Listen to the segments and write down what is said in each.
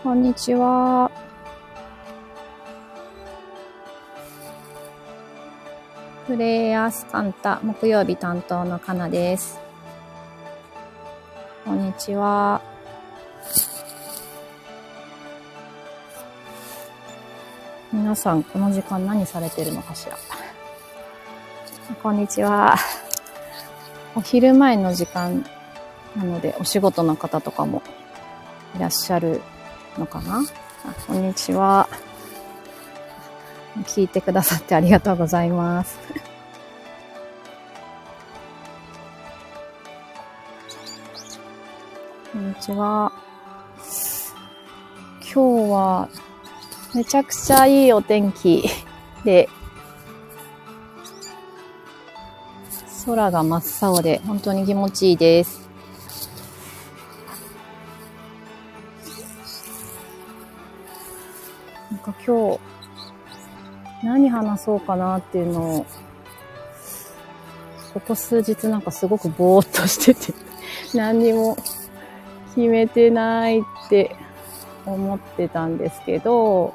こんにちは。フレイヤスカンタ木曜日担当のかなです。こんにちは。皆さんこの時間何されてるのかしら。こんにちは。お昼前の時間なのでお仕事の方とかもいらっしゃるのかな。こんにちは。聞いてくださってありがとうございます。こんにちは。今日はめちゃくちゃいいお天気で、空が真っ青で本当に気持ちいいです。なんか今日何話そうかなっていうのをここ数日なんかすごくぼーっとしてて何にも決めてないって思ってたんですけど、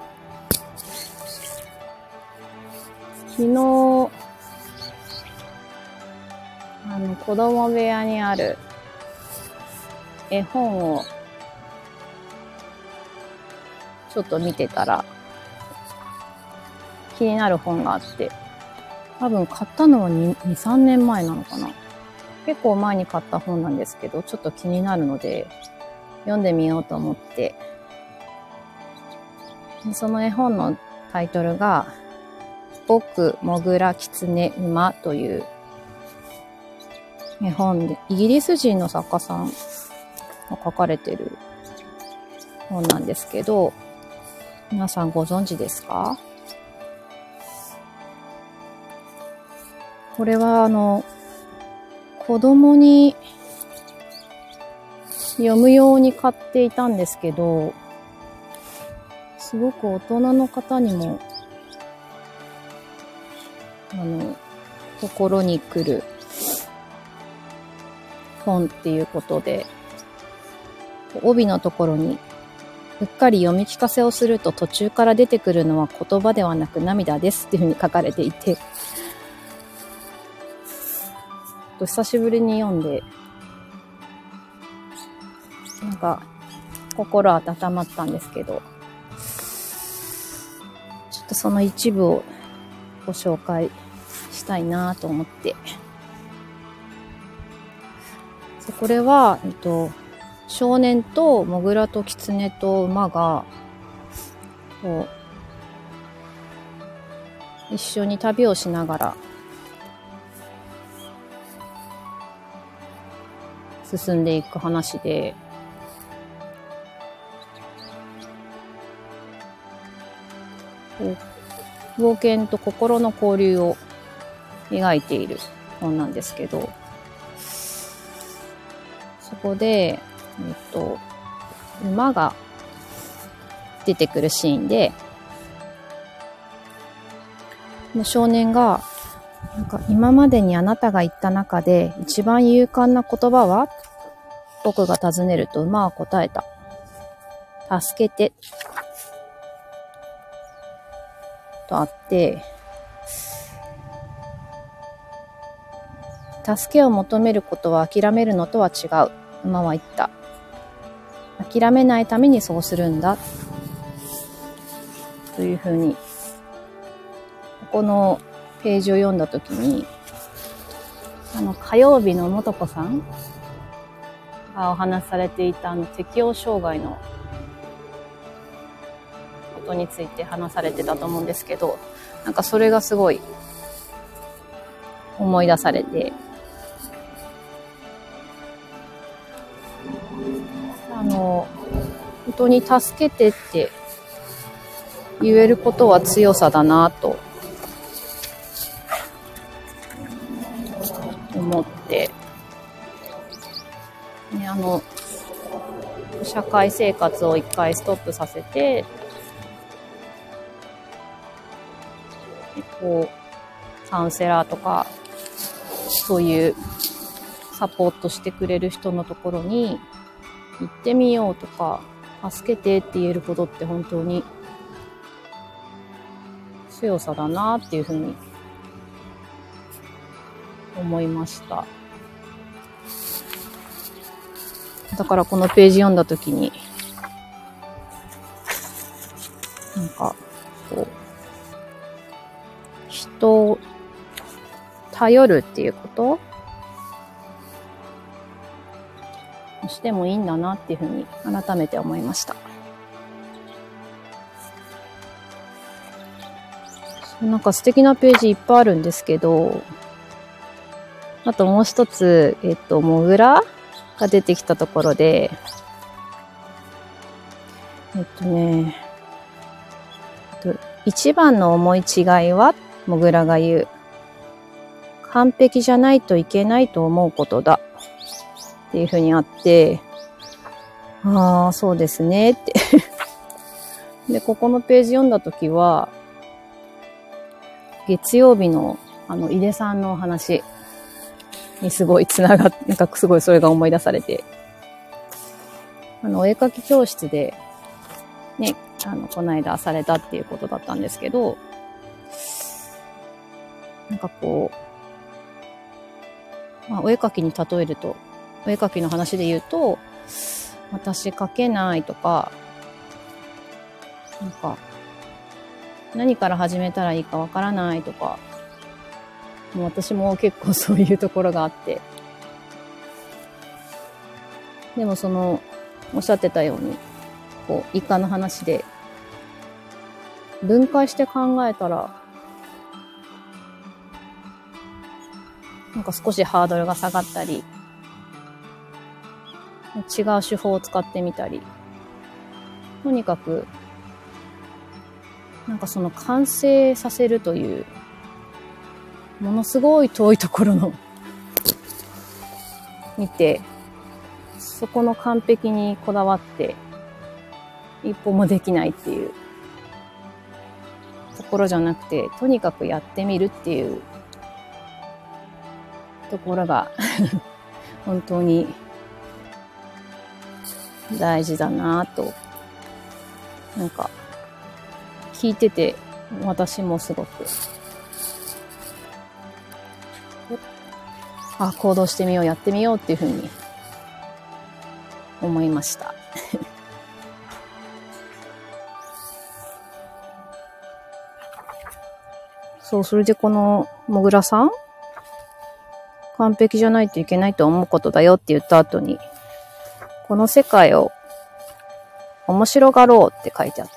昨日子供部屋にある絵本をちょっと見てたら気になる本があって、多分買ったのは2、3年前なのかな。結構前に買った本なんですけど、ちょっと気になるので読んでみようと思って、その絵本のタイトルが僕、モグラ、キツネ、馬という絵本で、イギリス人の作家さんが書かれてる本なんですけど、皆さんご存知ですか？これは子供に読むように買っていたんですけど、すごく大人の方にも心に来る本っていうことで、帯のところにうっかり読み聞かせをすると途中から出てくるのは言葉ではなく涙ですっていうふうに書かれていて、久しぶりに読んでなんか心温まったんですけど、ちょっとその一部をご紹介したいなと思って。これは、少年とモグラとキツネと馬がこう一緒に旅をしながら進んでいく話で、冒険と心の交流を描いている本なんですけど、そこで、馬が出てくるシーンで、少年がなんか今までにあなたが言った中で一番勇敢な言葉は？僕が尋ねると馬は答えた。助けて。とあって、助けを求めることは諦めるのとは違う。馬は言った。諦めないためにそうするんだ。というふうに、ここのページを読んだときに、火曜日の素子さんがお話しされていた適応障害のことについて話されてたと思うんですけど、なんかそれがすごい思い出されて、本当に助けてって言えることは強さだなと思って、ね、社会生活を一回ストップさせて、カウンセラーとかそういうサポートしてくれる人のところに行ってみようとか、 助けてって言えることって本当に強さだなっていうふうに思いました。だからこのページ読んだときに、なんか、こう、人を頼るっていうことしてもいいんだなっていうふうに改めて思いました。なんか素敵なページいっぱいあるんですけど、あともう一つ、モグラが出てきたところで、一番の思い違いは、モグラが言う。完璧じゃないといけないと思うことだ。っていうふうにあって、ああ、そうですね、って。で、ここのページ読んだときは、月曜日の井出さんのお話にすごいなんかすごいそれが思い出されて、お絵描き教室で、ね、この間されたっていうことだったんですけど、なんかこう、お絵描きに例えると、お絵描きの話で言うと、私描けないとか、なんか、何から始めたらいいかわからないとか、もう私も結構そういうところがあって。でもおっしゃってたように、こう、イカの話で、分解して考えたら、なんか少しハードルが下がったり、違う手法を使ってみたり、とにかく、なんか完成させるという、ものすごい遠いところの見て、そこの完璧にこだわって一歩もできないっていうところじゃなくて、とにかくやってみるっていうところが本当に大事だなぁと、なんか聞いてて私もすごく行動してみよう、やってみようっていうふうに思いましたそう、それでこのもぐらさん、完璧じゃないといけないと思うことだよって言った後に、この世界を面白がろうって書いてあって、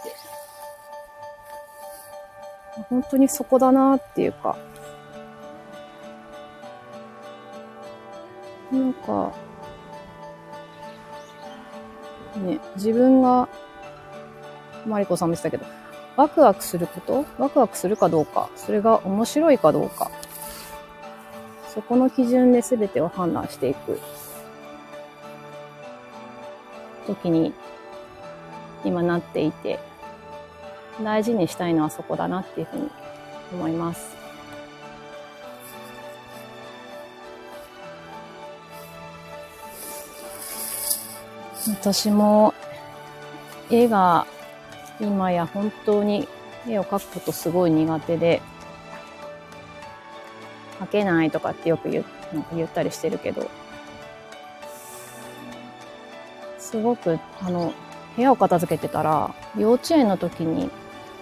本当にそこだなっていうか、なんか、ね、自分が、マリコさんも言ってたけど、ワクワクすること、ワクワクするかどうか、それが面白いかどうか、そこの基準で全てを判断していく時に今なっていて、大事にしたいのはそこだなっていうふうに思います。私も絵が今や本当に絵を描くことすごい苦手で、描けないとかってよくなんか言ったりしてるけど、すごく部屋を片付けてたら、幼稚園の時に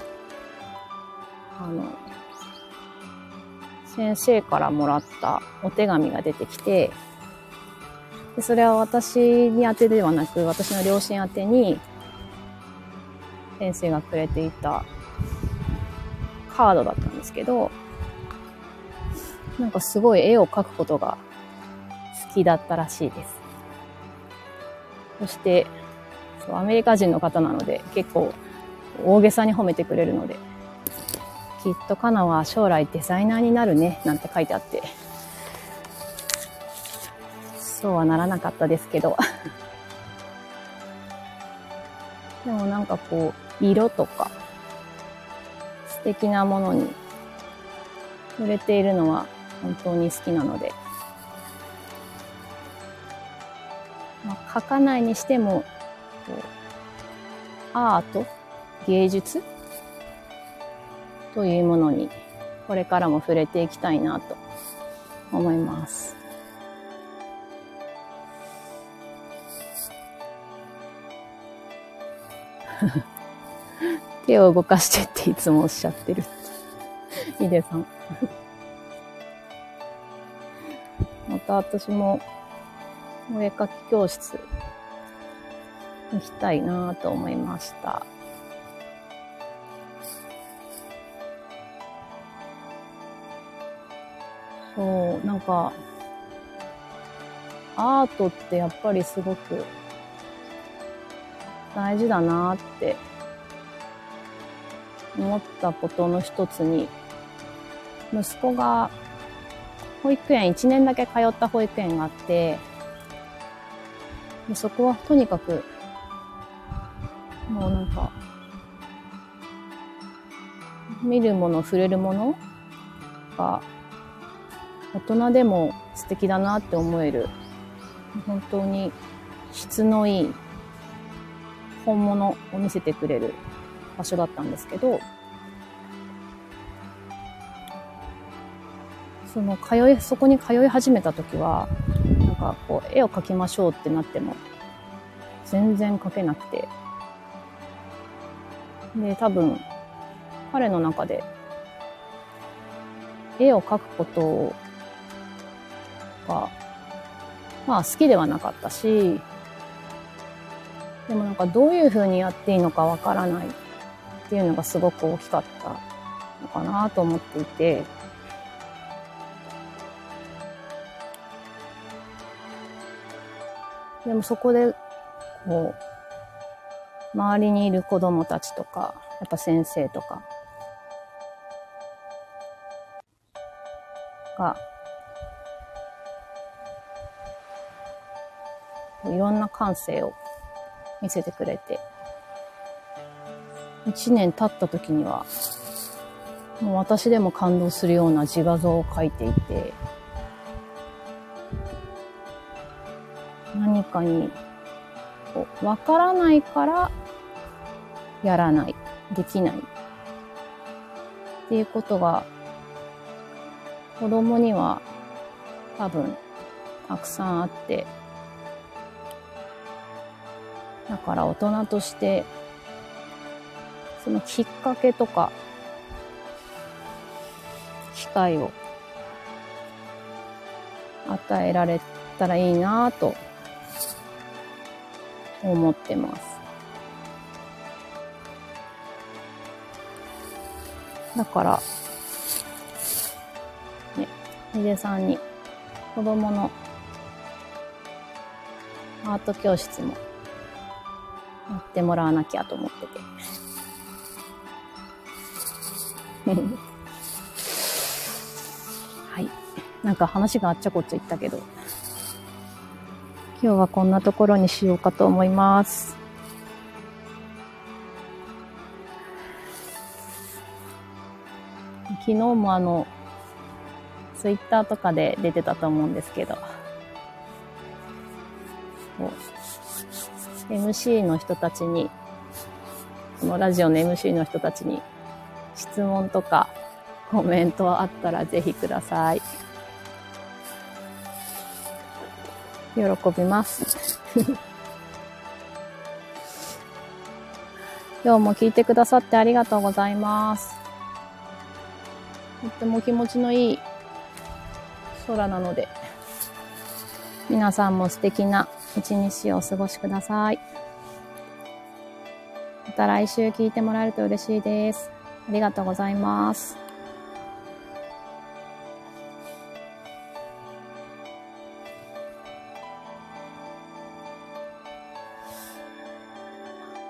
先生からもらったお手紙が出てきて、でそれは私に宛てではなく、私の両親宛てに先生がくれていたカードだったんですけど、なんかすごい絵を描くことが好きだったらしいです。そしてアメリカ人の方なので結構大げさに褒めてくれるので、きっとカナは将来デザイナーになるねなんて書いてあって、そうはならなかったですけどでもなんかこう色とか素敵なものに触れているのは本当に好きなので、描かないにしてもアート、芸術というものにこれからも触れていきたいなと思います。手を動かしてっていつもおっしゃってる。ヒデさん。また私もお絵描き教室行きたいなと思いました。そう、なんか、アートってやっぱりすごく大事だなって思ったことの一つに、息子が保育園、1年だけ通った保育園があって、でそこはとにかく、もうなんか、見るもの、触れるものが、大人でも素敵だなって思える、本当に質のいい本物を見せてくれる場所だったんですけど、そこに通い始めた時は、なんかこう、絵を描きましょうってなっても、全然描けなくて。で、多分、彼の中で、絵を描くことが、まあ好きではなかったし、でもなんかどういう風にやっていいのかわからないっていうのがすごく大きかったのかなと思っていて、でもそこで、こう、周りにいる子供たちとか、やっぱ先生とかが、いろんな感性を見せてくれて、1年経った時には、もう私でも感動するような自画像を描いていて、何かにわからないからやらない、できないっていうことが子供には多分たくさんあって、だから大人としてそのきっかけとか機会を与えられたらいいなぁと思ってます。だから、ね、ヒデさんに子供のアート教室もやってもらわなきゃと思ってて。はい。なんか話があっちゃこっちゃ言ったけど、今日はこんなところにしようかと思います。昨日もツイッターとかで出てたと思うんですけど、MC の人たちに、このラジオの MC の人たちに質問とかコメントあったらぜひください。喜びます。今日も聞いてくださってありがとうございます。とっても気持ちのいい空なので、皆さんも素敵な一日をお過ごしください。また来週聞いてもらえると嬉しいです。ありがとうございます。